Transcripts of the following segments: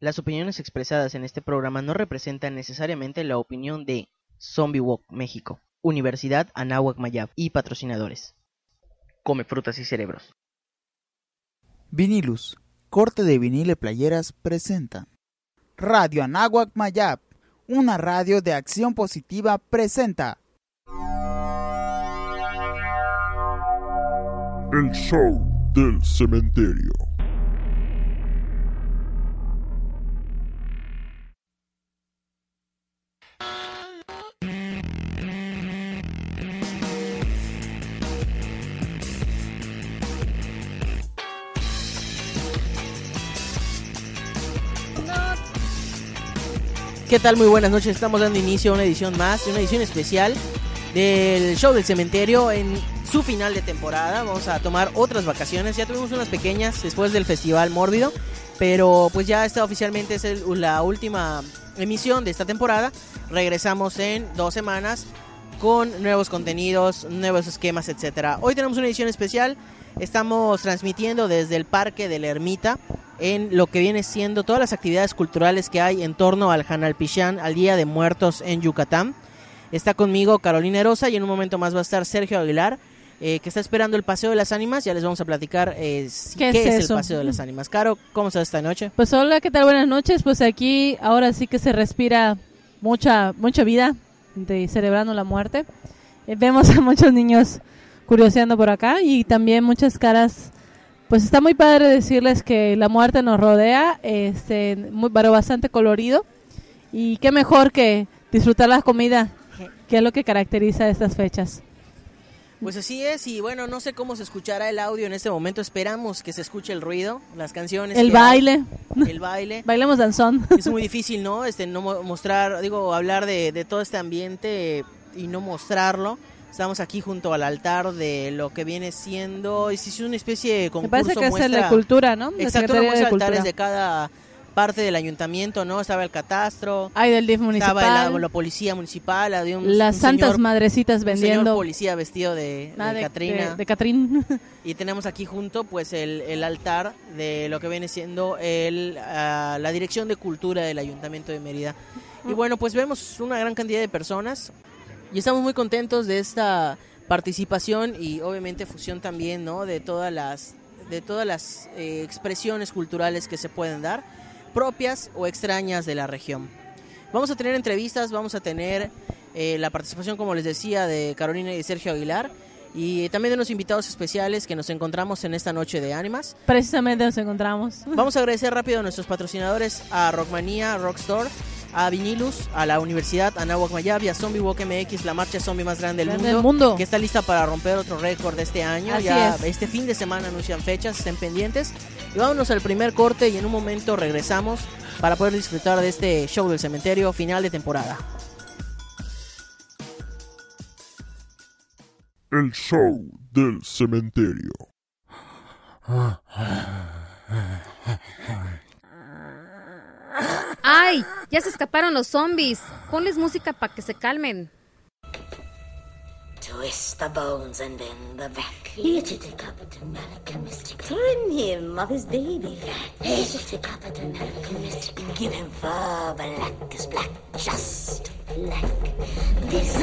Las opiniones expresadas en este programa no representan necesariamente la opinión de Zombie Walk México, Universidad Anáhuac Mayab y patrocinadores. Come frutas y cerebros. Vinilus, corte de vinilo y playeras presenta Radio Anáhuac Mayab, una radio de acción positiva presenta El show del cementerio. ¿Qué tal? Muy buenas noches, estamos dando inicio a una edición más, una edición especial del show del cementerio en su final de temporada. Vamos a tomar otras vacaciones, ya tuvimos unas pequeñas después del Festival Mórbido, pero pues ya esta oficialmente es la última emisión de esta temporada. Regresamos en 2 semanas con nuevos contenidos, nuevos esquemas, etcétera. Hoy tenemos una edición especial, estamos transmitiendo desde el Parque de la Ermita, en lo que viene siendo todas las actividades culturales que hay en torno al Hanalpichán, al Día de Muertos en Yucatán. Está conmigo Carolina Erosa y en un momento más va a estar Sergio Aguilar, que está esperando el Paseo de las Ánimas. Ya les vamos a platicar qué es el Paseo de las Ánimas. Caro, ¿cómo estás esta noche? Pues hola, ¿qué tal? Buenas noches. Pues aquí ahora sí que se respira mucha vida, celebrando la muerte. Vemos a muchos niños curioseando por acá y también muchas caras. Pues está muy padre decirles que la muerte nos rodea, pero bastante colorido. Y qué mejor que disfrutar la comida, que es lo que caracteriza estas fechas. Pues así es, y bueno, no sé cómo se escuchará el audio en este momento. Esperamos que se escuche el ruido, las canciones. El baile. El baile. Bailemos danzón. Es muy difícil, ¿no? No mostrar, hablar de todo este ambiente y no mostrarlo. Estamos aquí junto al altar de lo que viene siendo, es una especie de concurso. Me parece que es el de cultura, ¿no? Exacto, una muestra de altares de cada parte del ayuntamiento, ¿no? Estaba el catastro. Hay del DIF municipal. Estaba la policía municipal. Las santas madrecitas vendiendo. Un señor policía vestido de Catrina. De Catrín. Y tenemos aquí junto, pues, el altar de lo que viene siendo la Dirección de Cultura del Ayuntamiento de Mérida. Y bueno, pues vemos una gran cantidad de personas. Y estamos muy contentos de esta participación y obviamente fusión también, ¿no? de todas las expresiones culturales que se pueden dar, propias o extrañas de la región. Vamos a tener entrevistas, vamos a tener la participación, como les decía, de Carolina y de Sergio Aguilar, y también de unos invitados especiales que nos encontramos en esta noche de Ánimas. Precisamente nos encontramos. Vamos a agradecer rápido a nuestros patrocinadores, a Rockmanía, Rockstore, a Vinilus, a la Universidad Anáhuac Mayab y a Zombie Walk MX, la marcha zombie más grande del mundo, que está lista para romper otro récord de este año. Así ya es. Este fin de semana anuncian fechas, estén pendientes. Y vámonos al primer corte y en un momento regresamos para poder disfrutar de este show del cementerio final de temporada. El show del cementerio. ¡Ay! Ya se escaparon los zombies. Ponles música para que se calmen. Twist the bones and bend the back. Turn him of his baby fat. Give him fur black as black, just like this.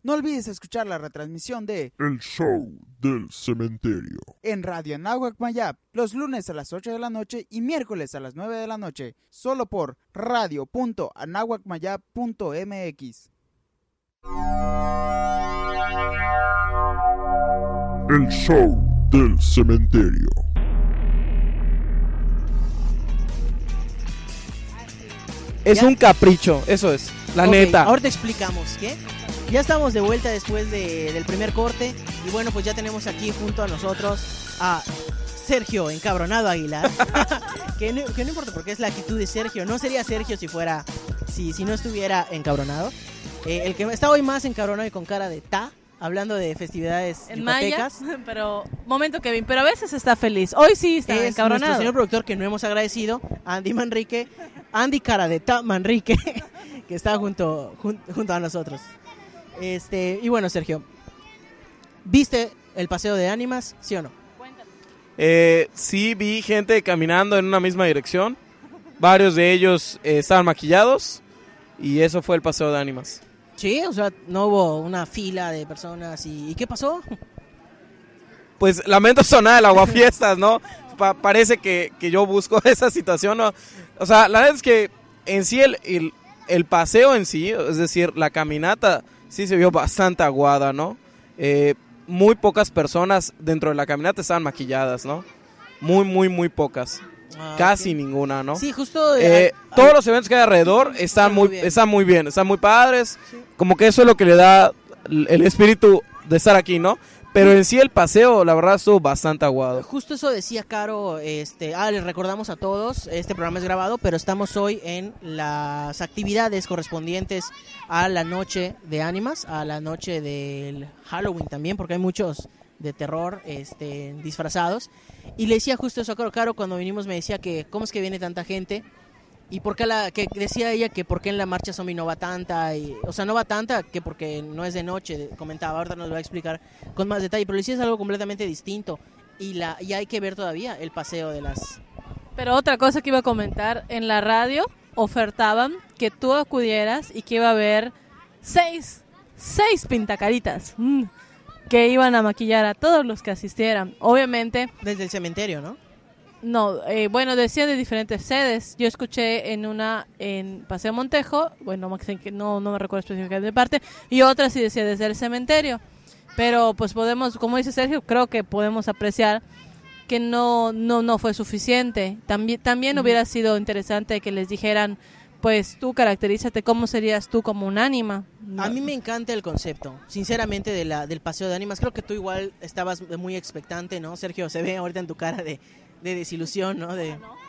No olvides escuchar la retransmisión de El Show del Cementerio. en Radio Anáhuac Mayap los lunes a las 8 de la noche y miércoles a las 9 de la noche, solo por radio.anahuacmayap.mx. El Show del Cementerio. Es ¿Ya? un capricho, eso es, la Ok, neta. Ahora te explicamos, ¿qué? Ya estamos de vuelta después del primer corte. Y bueno, pues ya tenemos aquí junto a nosotros a Sergio Encabronado Aguilar. que no importa porque es la actitud de Sergio. No sería Sergio si no estuviera encabronado. El que está hoy más encabronado y con cara de ta, hablando de festividades En Maya, yucatecas, pero momento Kevin, pero a veces está feliz. Hoy sí está es nuestro encabronado. señor productor que no hemos agradecido, Andy Manrique, Andy cara de ta Manrique, que está junto a nosotros. Y bueno, Sergio, ¿viste el paseo de ánimas, sí o no? Sí, vi gente caminando en una misma dirección. Varios de ellos estaban maquillados. Y eso fue el paseo de ánimas. Sí, o sea, no hubo una fila de personas. ¿Y qué pasó? Pues lamento sonar el aguafiestas, ¿no? Parece que yo busco esa situación, ¿no? O sea, la verdad es que en sí el paseo en sí, es decir, la caminata, sí se vio bastante aguada, ¿no? Muy pocas personas dentro de la caminata estaban maquilladas, ¿no? Muy pocas. Casi ninguna, ¿no? Sí, justo. Todos los eventos que hay alrededor están muy bien, están muy padres. Sí. Como que eso es lo que le da el espíritu de estar aquí, ¿no? Pero en sí el paseo, la verdad, estuvo bastante aguado. Justo eso decía Caro. Les recordamos a todos, este programa es grabado, pero estamos hoy en las actividades correspondientes a la noche de ánimas, a la noche del Halloween también, porque hay muchos de terror disfrazados. Y le decía justo eso a Caro cuando vinimos, me decía que cómo es que viene tanta gente. Y por qué que decía ella que por qué en la marcha zombie no va tanta, o sea, no va tanta que porque no es de noche, comentaba, ahorita nos lo va a explicar con más detalle, pero le decía es algo completamente distinto y hay que ver todavía el paseo de las... Pero otra cosa que iba a comentar, en la radio ofertaban que tú acudieras y que iba a haber seis pintacaritas que iban a maquillar a todos los que asistieran, obviamente. Desde el cementerio, ¿no? No, bueno, decían de diferentes sedes. Yo escuché en Paseo Montejo, bueno, no me recuerdo específicamente de parte, y otra sí decía desde el cementerio. Pero pues podemos, como dice Sergio, creo que podemos apreciar que no fue suficiente. También hubiera sido interesante que les dijeran, pues tú caracterízate, ¿cómo serías tú como un ánima? No. A mí me encanta el concepto, sinceramente, del paseo de ánimas. Creo que tú igual estabas muy expectante, ¿no, Sergio? Se ve ahorita en tu cara de desilusión, ¿no?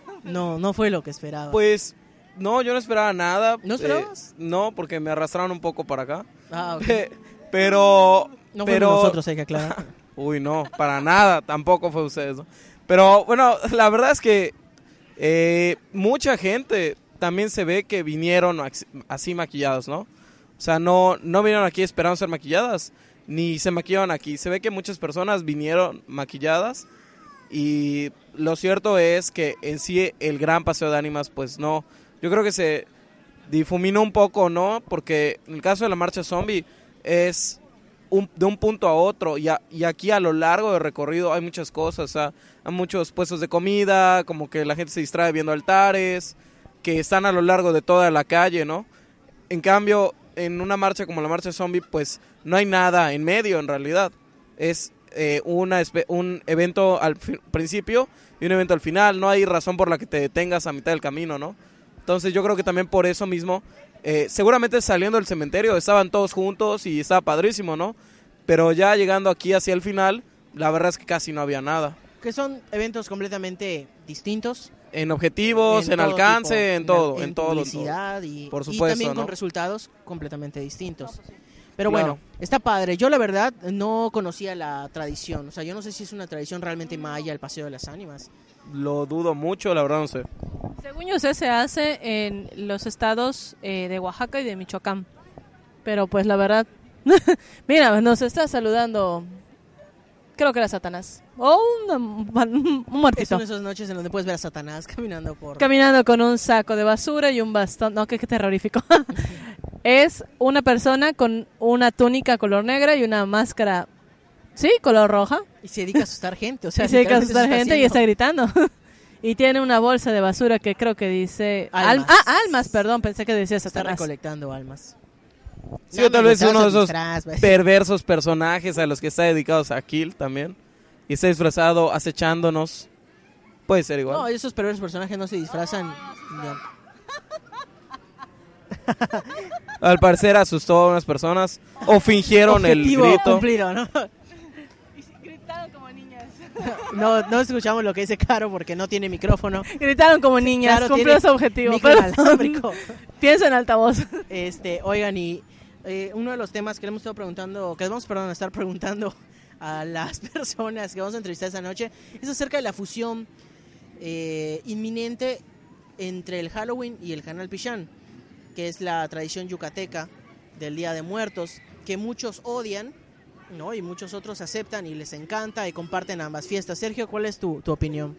No fue lo que esperaba. Pues no, yo no esperaba nada. ¿No esperabas? No, porque me arrastraron un poco para acá. Ah, okay. Pero no fuimos nosotros, hay que aclarar. Uy, no, para nada, tampoco fue ustedes, ¿no? Pero bueno, la verdad es que mucha gente también se ve que vinieron así maquillados, ¿no? O sea, no vinieron aquí esperando ser maquilladas, ni se maquillaron aquí. Se ve que muchas personas vinieron maquilladas. Y lo cierto es que en sí el gran paseo de ánimas, pues no, yo creo que se difuminó un poco, ¿no? Porque en el caso de la marcha zombie es de un punto a otro y aquí a lo largo del recorrido hay muchas cosas, o sea, hay muchos puestos de comida, como que la gente se distrae viendo altares, que están a lo largo de toda la calle, ¿no? En cambio, en una marcha como la marcha zombie, pues no hay nada en medio en realidad, es... un evento al principio y un evento al final, no hay razón por la que te detengas a mitad del camino, ¿no? Entonces yo creo que también por eso mismo, seguramente saliendo del cementerio estaban todos juntos y estaba padrísimo, ¿no? Pero ya llegando aquí hacia el final, la verdad es que casi no había nada. Que son eventos completamente distintos. En objetivos, en alcance, en todo. En publicidad y, por supuesto, y también con resultados completamente distintos. Pero bueno, está padre. Yo la verdad no conocía la tradición. O sea, yo no sé si es una tradición realmente maya el paseo de las ánimas. Lo dudo mucho, la verdad no sé. Según yo sé, se hace en los estados de Oaxaca y de Michoacán. Pero pues la verdad... Mira, nos está saludando... Creo que era Satanás. O un muertito. Es una de esas noches en donde puedes ver a Satanás caminando con un saco de basura y un bastón. No, qué terrorífico. es una persona con una túnica color negra y una máscara, sí, color roja. Y se dedica a asustar gente, o sea, Y se dedica a asustar literalmente gente y eso está gritando. Y tiene una bolsa de basura que creo que dice... Almas. Almas, perdón, pensé que decía está Satanás. recolectando almas. Sí, o tal vez Sándalo, uno de esos disfraz, güey. perversos personajes a los que está dedicados a Kill también. Y está disfrazado acechándonos. Puede ser igual. No, esos perversos personajes no se disfrazan. Al parecer asustó a unas personas o fingieron Objetivo el grito. cumplido, ¿no? Gritaron como niñas. No escuchamos lo que dice Caro porque no tiene micrófono. Gritaron como niñas, Claro, cumplió tiene su objetivo. micro Pero inalámbrico. piensa en altavoz. Oigan, y uno de los temas que le hemos estado preguntando, que vamos, perdón, a estar preguntando a las personas que vamos a entrevistar esta noche, es acerca de la fusión inminente entre el Halloween y el Hanal Pichán, que es la tradición yucateca del Día de Muertos, que muchos odian, ¿no? Y muchos otros aceptan y les encanta y comparten ambas fiestas. Sergio, ¿cuál es tu opinión?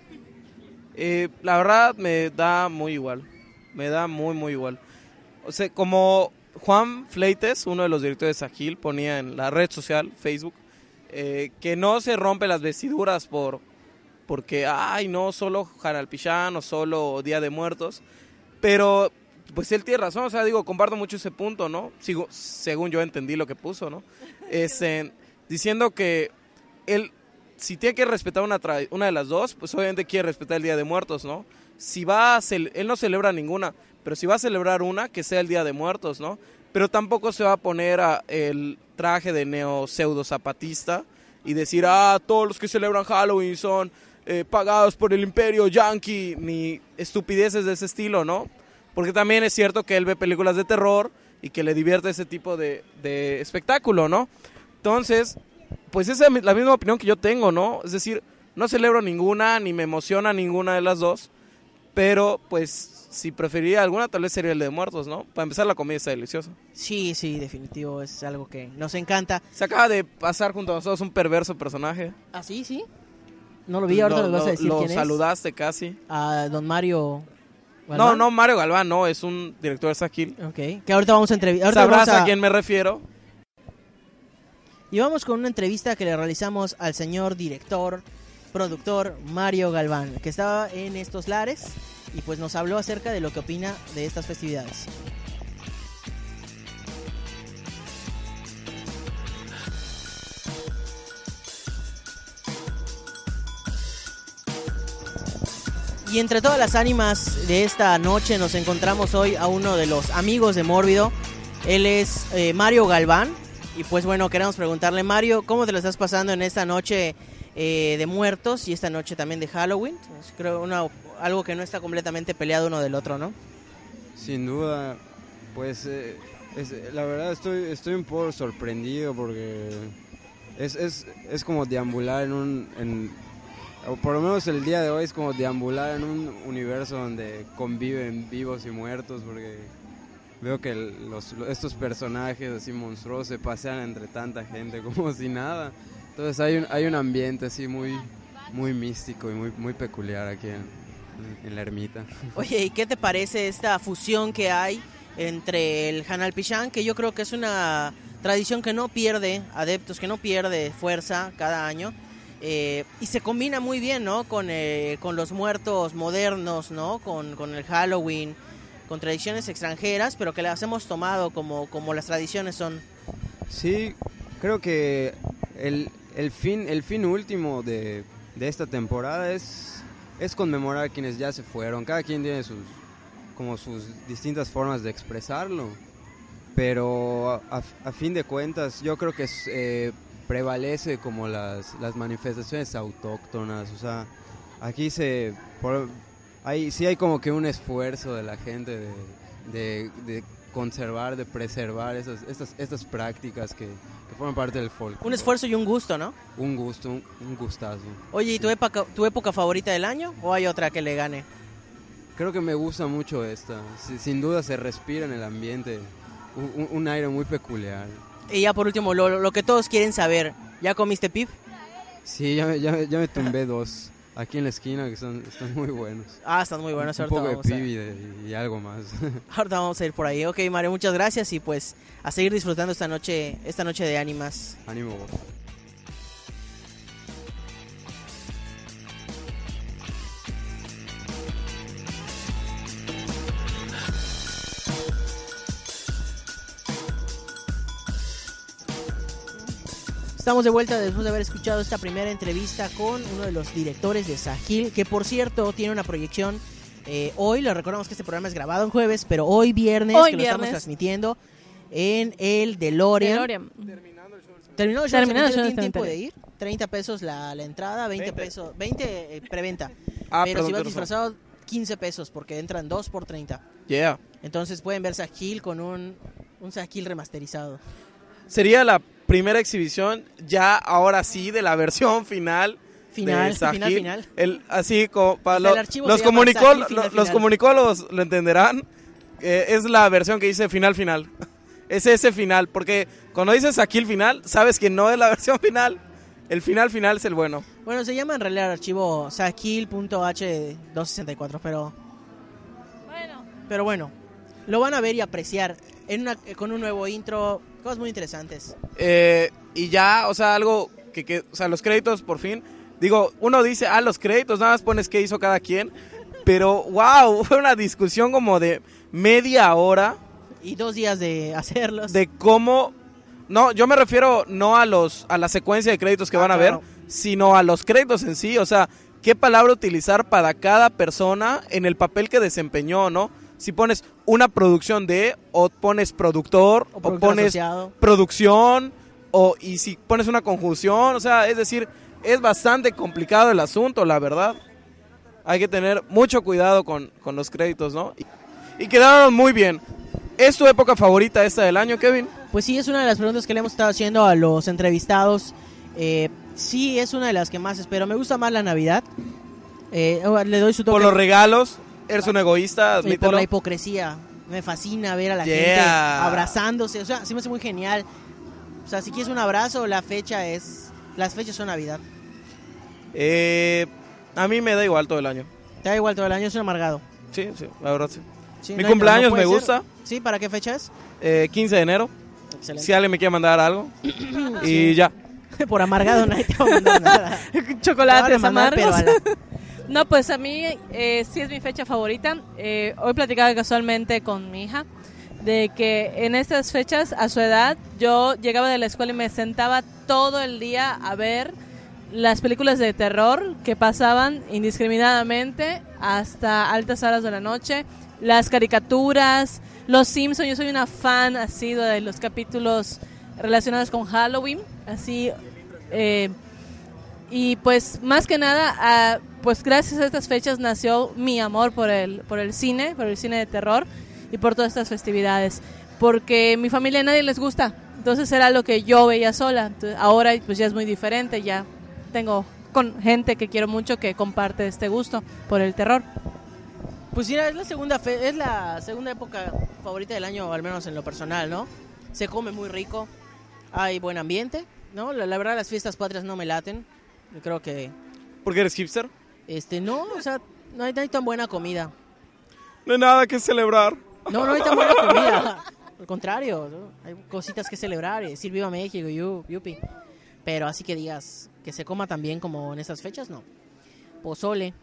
La verdad me da muy igual. Me da muy igual. O sea, como Juan Fleites, uno de los directores de Agil, ponía en la red social, Facebook, que no se rompe las vestiduras porque, ay, no, solo Hanal Pichán o solo Día de Muertos. Pero, pues él tiene razón, o sea, digo, comparto mucho ese punto, ¿no? Según yo entendí lo que puso, ¿no? Diciendo que él, si tiene que respetar una de las dos, pues obviamente quiere respetar el Día de Muertos, ¿no? Si él no celebra ninguna, pero si va a celebrar una, que sea el Día de Muertos, ¿no? Pero tampoco se va a poner el traje de neo pseudo zapatista y decir, todos los que celebran Halloween son pagados por el imperio yankee, ni estupideces de ese estilo, ¿no? Porque también es cierto que él ve películas de terror y que le divierte ese tipo de espectáculo, ¿no? Entonces, pues esa es la misma opinión que yo tengo, ¿no? Es decir, no celebro ninguna, ni me emociona ninguna de las dos, pero pues si preferiría alguna, tal vez sería el de Muertos, ¿no? Para empezar, la comida está deliciosa. Sí, definitivo, es algo que nos encanta. Se acaba de pasar junto a nosotros un perverso personaje. ¿Ah, sí? No lo vi, ahorita nos vas a decir quién es. Lo saludaste casi. A don Mario Galván. No, Mario Galván, no, es un director de Sagil. Ok, que ahorita vamos a entrevistar. Sabrás a quién me refiero. Y vamos con una entrevista que le realizamos al señor director, productor Mario Galván, que estaba en estos lares y pues nos habló acerca de lo que opina de estas festividades. Y entre todas las ánimas de esta noche nos encontramos hoy a uno de los amigos de Mórbido. Él es Mario Galván. Y pues bueno, queremos preguntarle, Mario, ¿cómo te lo estás pasando en esta noche de muertos y esta noche también de Halloween? Es, creo algo que no está completamente peleado uno del otro, ¿no? Sin duda, pues la verdad estoy un poco sorprendido porque es como deambular o por lo menos el día de hoy es como deambular en un universo donde conviven vivos y muertos, porque veo que estos personajes así monstruosos se pasean entre tanta gente como si nada. Entonces hay un ambiente así muy místico y muy peculiar aquí en la ermita. Oye, ¿y qué te parece esta fusión que hay entre el Hanal Pichán, que yo creo que es una tradición que no pierde adeptos, que no pierde fuerza cada año? Y se combina muy bien, ¿no? Con los muertos modernos, ¿no? Con el Halloween, con tradiciones extranjeras, pero que las hemos tomado como las tradiciones son. Sí, creo que el fin último de esta temporada es conmemorar a quienes ya se fueron. Cada quien tiene sus distintas formas de expresarlo, pero a fin de cuentas yo creo que prevalece como las manifestaciones autóctonas. O sea, aquí sí hay como que un esfuerzo de la gente de conservar, de preservar estas prácticas que forman parte del folclore. Un esfuerzo y un gusto, ¿no? Un gusto, un gustazo. Oye, ¿y tu época favorita del año o hay otra que le gane? Creo que me gusta mucho esta. Sin duda se respira en el ambiente un aire muy peculiar. Y ya por último, lo que todos quieren saber, ¿ya comiste pip? Sí, ya me tumbé dos aquí en la esquina que están muy buenos. Ah, están muy buenos. Un Ahorita poco de vamos a- pibi y algo más. Ahorita vamos a ir por ahí. Ok, Mario, muchas gracias y pues a seguir disfrutando esta noche de ánimas. Ánimo. Estamos de vuelta después de haber escuchado esta primera entrevista con uno de los directores de Sahil, que por cierto tiene una proyección hoy. Les recordamos que este programa es grabado el jueves, pero hoy viernes, Hoy que lo viernes. estamos transmitiendo en el DeLorean. DeLorean. Terminado el show, Terminado el show ¿tienen del tiempo de cementerio. ir? 30 pesos la entrada, 20 pesos, 20 preventa. Ah, Pero perdón, si vas tienes razón. disfrazado, 15 pesos, porque entran 2 por 30. Yeah. Entonces pueden ver Sahil con un Sahil remasterizado. Sería la primera exhibición ya ahora sí de la versión final. Final, de Sahil. final. Así como para O sea, el archivo se llama Sahil final, los final. comunicólogos lo entenderán. Es la versión que dice final final. Es ese final, porque cuando dices Sahil final, sabes que no es la versión final. El final final es el bueno. Bueno, se llama en realidad el archivo Sahil.h264, pero bueno, lo van a ver y apreciar con un nuevo intro, cosas muy interesantes. Y ya, o sea, algo o sea, los créditos por fin. Digo, uno dice, los créditos, nada más pones qué hizo cada quien. Pero, wow, fue una discusión como de media hora. Y 2 días de hacerlos. De cómo... No, yo me refiero no a la secuencia de créditos que van a ver, claro. sino a los créditos en sí. O sea, qué palabra utilizar para cada persona en el papel que desempeñó, ¿no? Si pones una producción o pones productor, o productor pones asociado. producción, y si pones una conjunción, o sea, es decir, es bastante complicado el asunto, la verdad. Hay que tener mucho cuidado con los créditos, ¿no? Y quedaron muy bien. ¿Es tu época favorita esta del año, Kevin? Pues sí, es una de las preguntas que le hemos estado haciendo a los entrevistados. Sí, es una de las que más espero. Me gusta más la Navidad. Le doy su toque. Por los regalos, eres un egoísta, Y admítelo. por la hipocresía. Me fascina ver a la Yeah. gente abrazándose. O sea, sí me hace muy genial. O sea, si quieres un abrazo, las fechas son Navidad. A mí me da igual todo el año. Te da igual todo el año, es un amargado. Sí, la verdad sí. Sí, Mi no, cumpleaños puede me ser. gusta. Sí, ¿para qué fecha es? 15 de enero. Excelente. Si alguien me quiere mandar algo. Y ya. Por amargado nadie te va a mandar nada. Te van Chocolates a mandar, pero amargos. a la- No, pues a mí sí es mi fecha favorita. Hoy platicaba casualmente con mi hija de que en estas fechas, a su edad, yo llegaba de la escuela y me sentaba todo el día a ver las películas de terror que pasaban indiscriminadamente hasta altas horas de la noche, las caricaturas, los Simpsons. Yo soy una fan asidua de los capítulos relacionados con Halloween, así... y pues más que nada, pues gracias a estas fechas nació mi amor por el cine de terror y por todas estas festividades, porque mi familia a nadie les gusta, entonces era lo que yo veía sola. Entonces, ahora pues ya es muy diferente, ya tengo con gente que quiero mucho que comparte este gusto por el terror. Pues sí, es la segunda época favorita del año, al menos en lo personal, ¿no? Se come muy rico, hay buen ambiente, ¿no? La verdad las fiestas patrias no me laten. Yo creo que ¿Por qué eres hipster? no, o sea, no hay tan buena comida. No hay nada que celebrar. No hay tan buena comida. Al contrario, ¿no? Hay cositas que celebrar, decir viva México, yupi. Pero así que digas que se coma tan bien como en estas fechas, no. Pozole.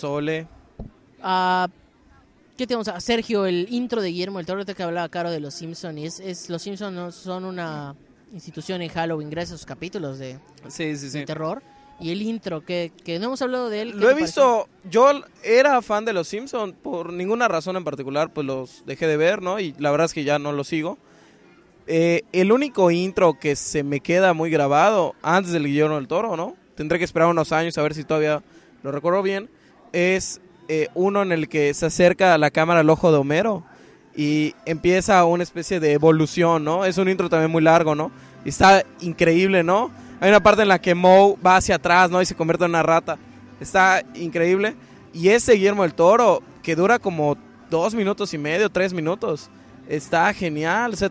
¿Qué tenemos? Sergio, el intro de Guillermo del Toro, ahorita que hablaba Caro de los Simpsons. Los Simpsons no son una institución en Halloween gracias a sus capítulos de Sí. terror. Y el intro, que no hemos hablado de él. ¿qué Lo he te visto, yo era fan de los Simpsons, por ninguna razón en particular, pues los dejé de ver, ¿no? Y la verdad es que ya no los sigo. El único intro que se me queda muy grabado, antes del Guillermo del Toro, ¿no? Tendré que esperar unos años a ver si todavía lo recuerdo bien, es uno en el que se acerca a la cámara al ojo de Homero y empieza una especie de evolución, ¿no? Es un intro también muy largo, ¿no? Y está increíble, ¿no? Hay una parte en la que Moe va hacia atrás, ¿no? Y se convierte en una rata. Está increíble. Y ese Guillermo del Toro, que dura como 2 minutos y medio, 3 minutos. Está genial. O sea,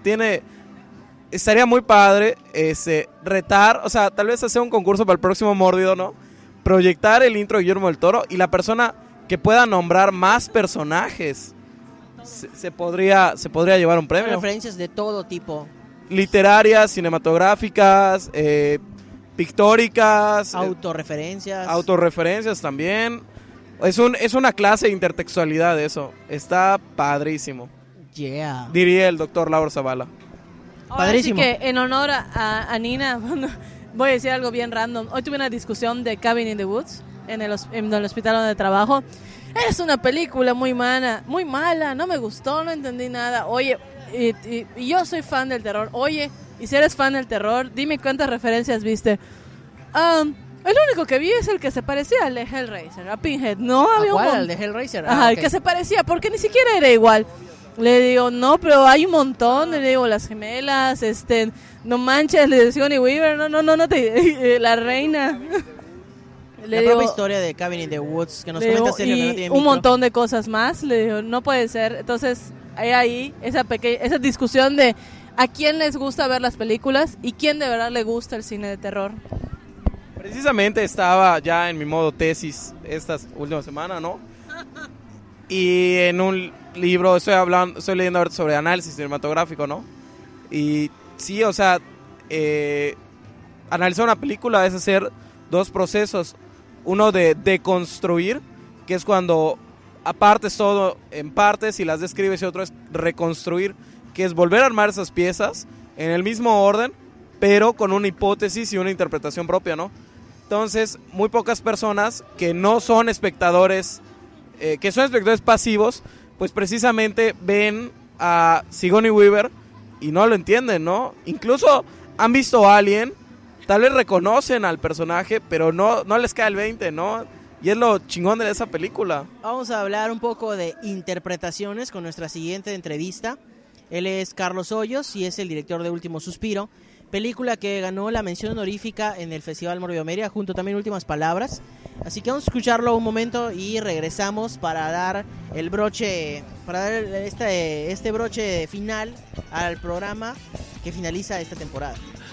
estaría muy padre retar, o sea, tal vez hacer un concurso para el próximo Mórbido, ¿no? proyectar el intro de Guillermo del Toro y la persona que pueda nombrar más personajes se podría llevar un premio. Referencias de todo tipo. Literarias, cinematográficas, pictóricas, autorreferencias también. Es una clase de intertextualidad eso. Está padrísimo. Yeah. Diría el doctor Lauro Zavala. Padrísimo. Así que en honor a Nina, voy a decir algo bien random. Hoy tuve una discusión de Cabin in the Woods en el hospital donde trabajo. Es una película muy mala, no me gustó, no entendí nada. Oye, y yo soy fan del terror. Oye, y si eres fan del terror, dime cuántas referencias viste. El único que vi es el que se parecía al de Hellraiser, a Pinhead. No había ¿Cuál? un ¿Al de Hellraiser? Ajá, ok. el que se parecía, porque ni siquiera era igual. Le digo, no, pero hay un montón. Le digo, las gemelas, no manches, le decía Sigourney Weaver, no, la reina. La propia historia de Cabin in the Woods que nos comenta Sergio, que no tiene un micro. montón de cosas más. Le digo, no puede ser. Entonces, hay ahí esa discusión de a quién les gusta ver las películas y quién de verdad le gusta el cine de terror. Precisamente estaba ya en mi modo tesis esta última semana, ¿no? Y en un libro estoy leyendo ahorita sobre análisis cinematográfico, ¿no? Y sí, o sea, analizar una película es hacer dos procesos. Uno de deconstruir, que es cuando apartes todo en partes y las describes, y otro es reconstruir, que es volver a armar esas piezas en el mismo orden, pero con una hipótesis y una interpretación propia, ¿no? Entonces, muy pocas personas que no son espectadores, que son espectadores pasivos, pues precisamente ven a Sigourney Weaver y no lo entienden, ¿no? Incluso han visto a Alien, tal vez reconocen al personaje, pero no les cae el 20, ¿no? Y es lo chingón de esa película. Vamos a hablar un poco de interpretaciones con nuestra siguiente entrevista. Él es Carlos Hoyos y es el director de Último Suspiro, película que ganó la mención honorífica en el Festival Morbiomeria, junto también a Últimas Palabras. Así que vamos a escucharlo un momento y regresamos para dar el broche, para dar este broche final al programa que finaliza esta temporada.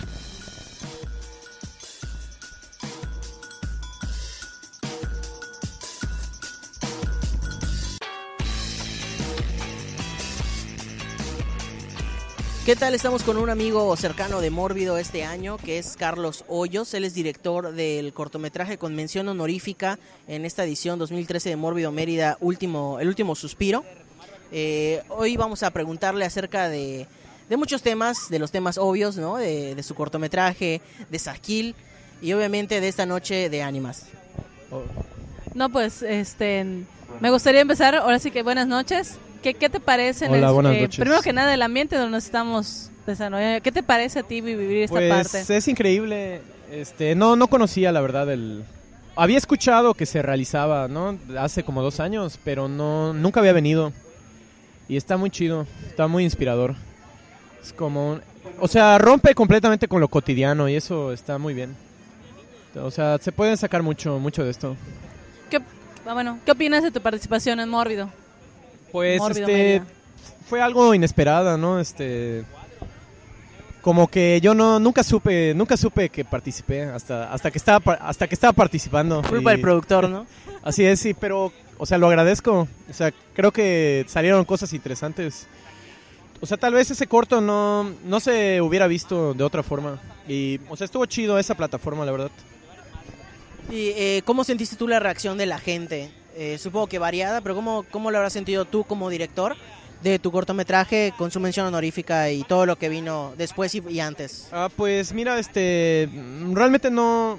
¿Qué tal? Estamos con un amigo cercano de Mórbido este año, que es Carlos Hoyos. Él es director del cortometraje con mención honorífica en esta edición 2013 de Mórbido Mérida, El Último Suspiro. Hoy vamos a preguntarle acerca de muchos temas, de los temas obvios, ¿no? De su cortometraje, de Saquil y obviamente de esta noche de Ánimas. No, pues, me gustaría empezar, ahora sí que buenas noches. ¿Qué te parece? Hola, buenas noches. Primero que nada, el ambiente donde nos estamos desarrollando. ¿Qué te parece a ti vivir esta pues, parte? Es increíble. No conocía, la verdad, había escuchado que se realizaba, ¿no? Hace como 2 años, pero nunca había venido. Y está muy chido, está muy inspirador. Es como, o sea, rompe completamente con lo cotidiano y eso está muy bien. O sea, se pueden sacar mucho de esto. ¿Qué opinas de tu participación en Mórbido? Pues Mórbido Mérida. Fue algo inesperada, ¿no? Como que yo nunca supe que participé hasta que estaba participando. Culpa del productor, ¿no? Así es, sí, pero o sea, lo agradezco. O sea, creo que salieron cosas interesantes. O sea, tal vez ese corto no se hubiera visto de otra forma. Y o sea, estuvo chido esa plataforma, la verdad. ¿Y cómo sentiste tú la reacción de la gente? Supongo que variada, pero ¿cómo lo habrás sentido tú como director de tu cortometraje con su mención honorífica y todo lo que vino después y antes? Pues mira, realmente no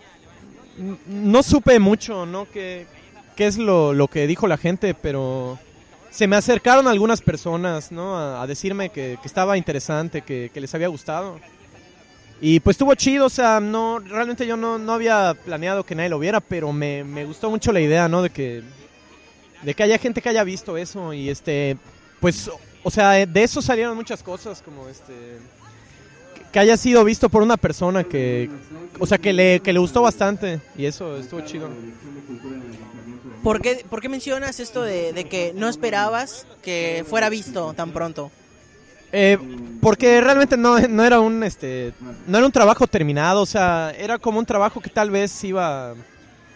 supe mucho, ¿no? qué es lo que dijo la gente, pero se me acercaron algunas personas, ¿no? A decirme que estaba interesante, que les había gustado. Y pues estuvo chido, o sea, realmente yo no había planeado que nadie lo viera, pero me gustó mucho la idea, ¿no? De que haya gente que haya visto eso y pues, o sea, de eso salieron muchas cosas, como que haya sido visto por una persona o sea, que le gustó bastante y eso estuvo chido. ¿Por qué mencionas esto de que no esperabas que fuera visto tan pronto? Porque realmente no era un trabajo terminado, o sea, era como un trabajo que tal vez iba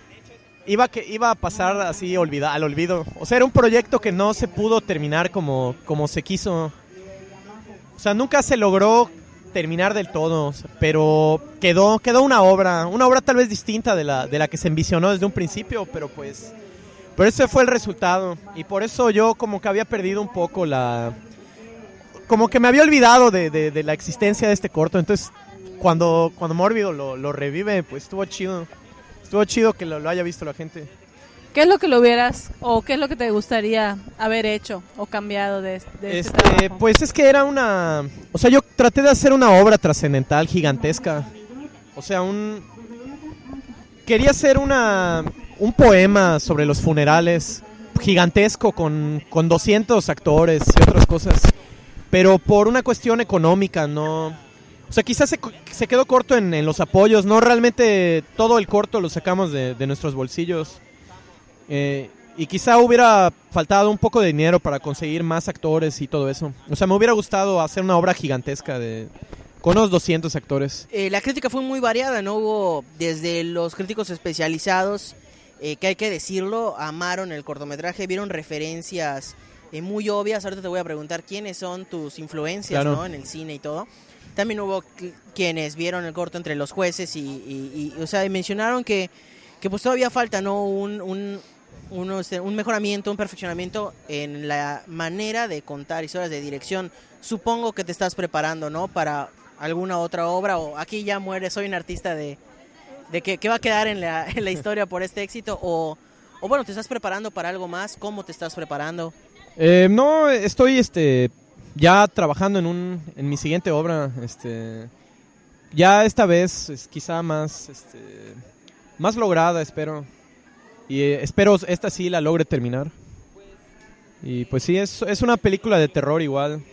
iba a pasar así al olvido. O sea, era un proyecto que no se pudo terminar como se quiso. O sea, nunca se logró terminar del todo, o sea, pero quedó una obra tal vez distinta de la que se envisionó desde un principio, pero ese fue el resultado. Y por eso yo como que había perdido un poco como que me había olvidado de la existencia de este corto. Entonces, cuando Mórbido lo revive, pues estuvo chido. Estuvo chido que lo haya visto la gente. ¿Qué es lo que lo hubieras o qué es lo que te gustaría haber hecho o cambiado de este trabajo? Pues es que era o sea, yo traté de hacer una obra trascendental gigantesca. O sea, quería hacer un poema sobre los funerales gigantesco con 200 actores y otras cosas. Pero por una cuestión económica, no. O sea, quizás se quedó corto en los apoyos, no realmente todo el corto lo sacamos de nuestros bolsillos. Y quizá hubiera faltado un poco de dinero para conseguir más actores y todo eso. O sea, me hubiera gustado hacer una obra gigantesca con unos 200 actores. La crítica fue muy variada, ¿no? Hubo desde los críticos especializados, que hay que decirlo, amaron el cortometraje, vieron referencias muy obvias. Ahorita te voy a preguntar quiénes son tus influencias, ¿no? En el cine y todo. También hubo quienes vieron el corto entre los jueces y o sea, mencionaron que pues todavía falta, ¿no? Un mejoramiento, un perfeccionamiento en la manera de contar historias, de dirección. Supongo que te estás preparando, ¿no? Para alguna otra obra, o aquí ya muere, soy un artista de que va a quedar en la historia por este éxito, o bueno, te estás preparando para algo más. ¿Cómo te estás preparando? No, estoy ya trabajando en mi siguiente obra. Ya esta vez es quizá más lograda, espero. Y espero esta sí la logre terminar. Y pues sí, es una película de terror igual.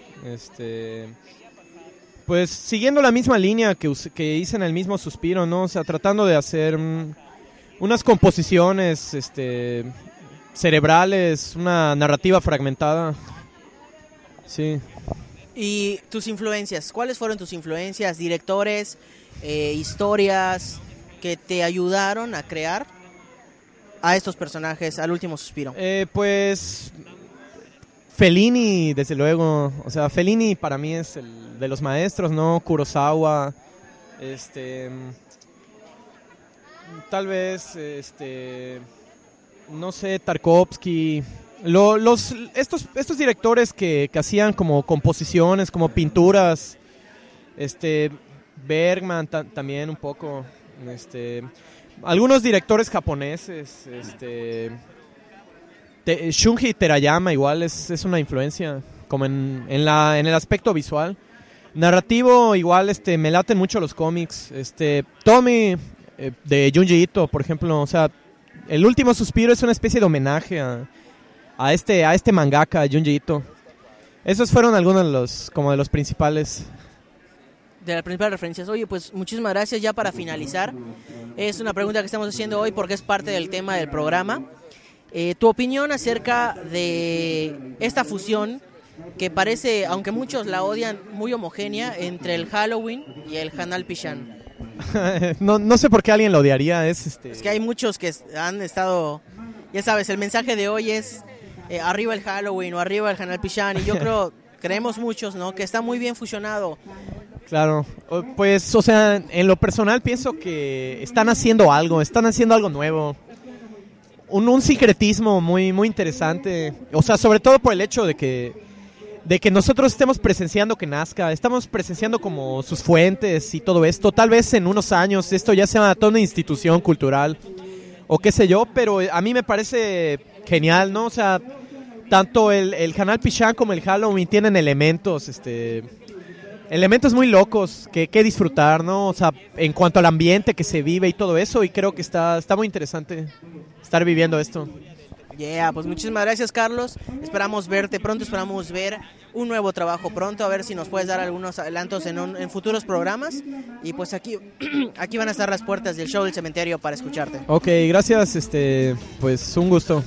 Pues siguiendo la misma línea que hice en El mismo suspiro, ¿no? O sea, tratando de hacer unas composiciones cerebrales, una narrativa fragmentada. Sí. ¿Y tus influencias? ¿Cuáles fueron tus influencias? ¿Directores, historias que te ayudaron a crear a estos personajes, al último suspiro? Pues Fellini, desde luego. O sea, Fellini para mí es el de los maestros, ¿no? Kurosawa, tal vez, no sé, Tarkovsky. Estos directores que hacían como composiciones, como pinturas, Bergman también un poco, algunos directores japoneses, Shunji Terayama igual es una influencia, como en el aspecto visual. Narrativo igual, me laten mucho los cómics, Tommy de Junji Ito, por ejemplo. O sea, El último suspiro es una especie de homenaje a este mangaka, Junji Ito. Esos fueron algunos de los principales. De las principales referencias. Oye, pues muchísimas gracias. Ya para finalizar, es una pregunta que estamos haciendo hoy porque es parte del tema del programa. Tu opinión acerca de esta fusión que parece, aunque muchos la odian, muy homogénea entre el Halloween y el Hanal Pishan. No sé por qué alguien lo odiaría. Es que hay muchos que han estado, ya sabes, el mensaje de hoy es arriba el Halloween o arriba el Hanal Pishan, y yo creemos muchos, ¿no?, que está muy bien fusionado. Claro, pues, o sea, en lo personal pienso que están haciendo algo nuevo. Un sincretismo muy, muy interesante. O sea, sobre todo por el hecho de que nosotros estemos presenciando que nazca, estamos presenciando como sus fuentes y todo esto. Tal vez en unos años esto ya sea toda una institución cultural o qué sé yo, pero a mí me parece genial, ¿no? O sea, tanto el Hanal Pishan como el Halloween tienen elementos muy locos que disfrutar, ¿no? O sea, en cuanto al ambiente que se vive y todo eso, y creo que está muy interesante estar viviendo esto. Pues muchísimas gracias, Carlos. Esperamos verte pronto, esperamos ver un nuevo trabajo pronto, a ver si nos puedes dar algunos adelantos en futuros programas. Y pues aquí van a estar las puertas del show del cementerio para escucharte. Ok, gracias, pues un gusto.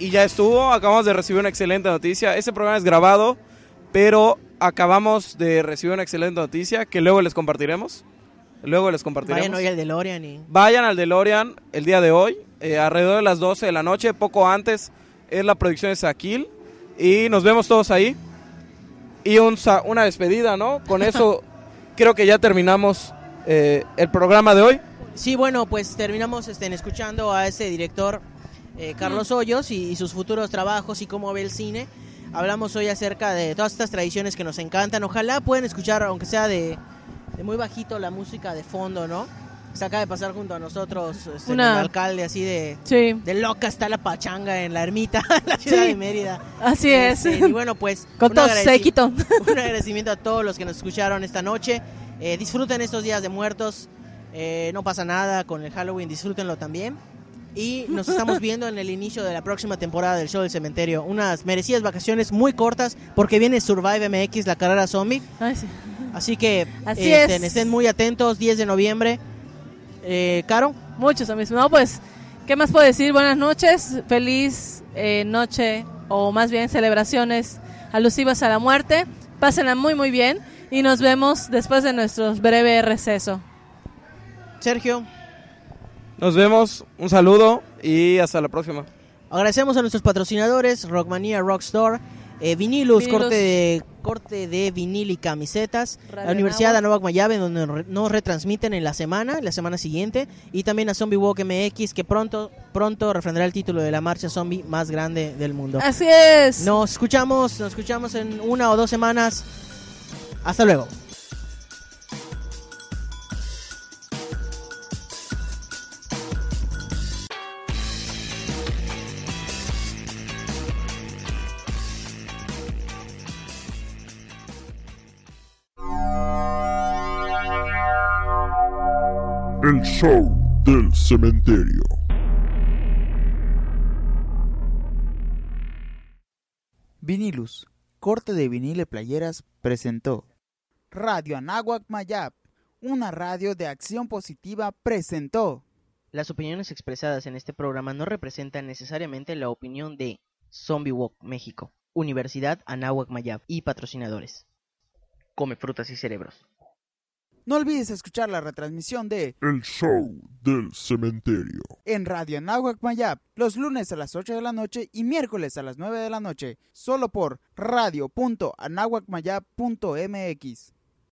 y ya estuvo. Acabamos de recibir una excelente noticia. Este programa es grabado, pero acabamos de recibir una excelente noticia que luego les compartiremos. Vayan hoy al DeLorean Vayan al DeLorean el día de hoy, alrededor de las 12 de la noche, poco antes es la proyección de Saquil, y nos vemos todos ahí. Y una despedida, ¿no? Con eso creo que ya terminamos el programa de hoy. Sí, bueno, pues terminamos escuchando a ese director Carlos Hoyos y sus futuros trabajos y cómo ve el cine. Hablamos hoy acerca de todas estas tradiciones que nos encantan. Ojalá puedan escuchar, aunque sea de muy bajito, la música de fondo, ¿no? Se acaba de pasar junto a nosotros el alcalde, así de loca está la pachanga en la ermita, en la ciudad de Mérida. Así es. Y bueno, pues con todo séquito. Un agradecimiento a todos los que nos escucharon esta noche. Disfruten estos días de muertos. No pasa nada con el Halloween, disfrútenlo también. Y nos estamos viendo en el inicio de la próxima temporada del Show del Cementerio. Unas merecidas vacaciones muy cortas porque viene Survive MX, la carrera zombie. Ay, sí. Así que estén muy atentos, 10 de noviembre. Caro. Muchos amigos. No, pues, ¿qué más puedo decir? Buenas noches, feliz noche, o más bien celebraciones alusivas a la muerte. Pásenla muy muy bien y nos vemos después de nuestro breve receso. Sergio. Nos vemos, un saludo y hasta la próxima. Agradecemos a nuestros patrocinadores, Rockmania Rockstore, Vinilus, corte de vinil y camisetas, Radio la Universidad de Anáhuac Anáhuac Mayave, donde nos retransmiten en la semana siguiente, y también a Zombie Walk MX, que pronto refrendará el título de la marcha zombie más grande del mundo. Así es. Nos escuchamos en 1 o 2 semanas. Hasta luego. El show del cementerio. Vinilus, corte de vinil y playeras, presentó. Radio Anáhuac Mayap, una radio de acción positiva, presentó. Las opiniones expresadas en este programa no representan necesariamente la opinión de Zombie Walk México, Universidad Anáhuac Mayab y patrocinadores. Come frutas y cerebros. No olvides escuchar la retransmisión de El show del cementerio en Radio Anáhuac Mayap los lunes a las 8 de la noche y miércoles a las 9 de la noche, solo por radio.anahuacmayap.mx.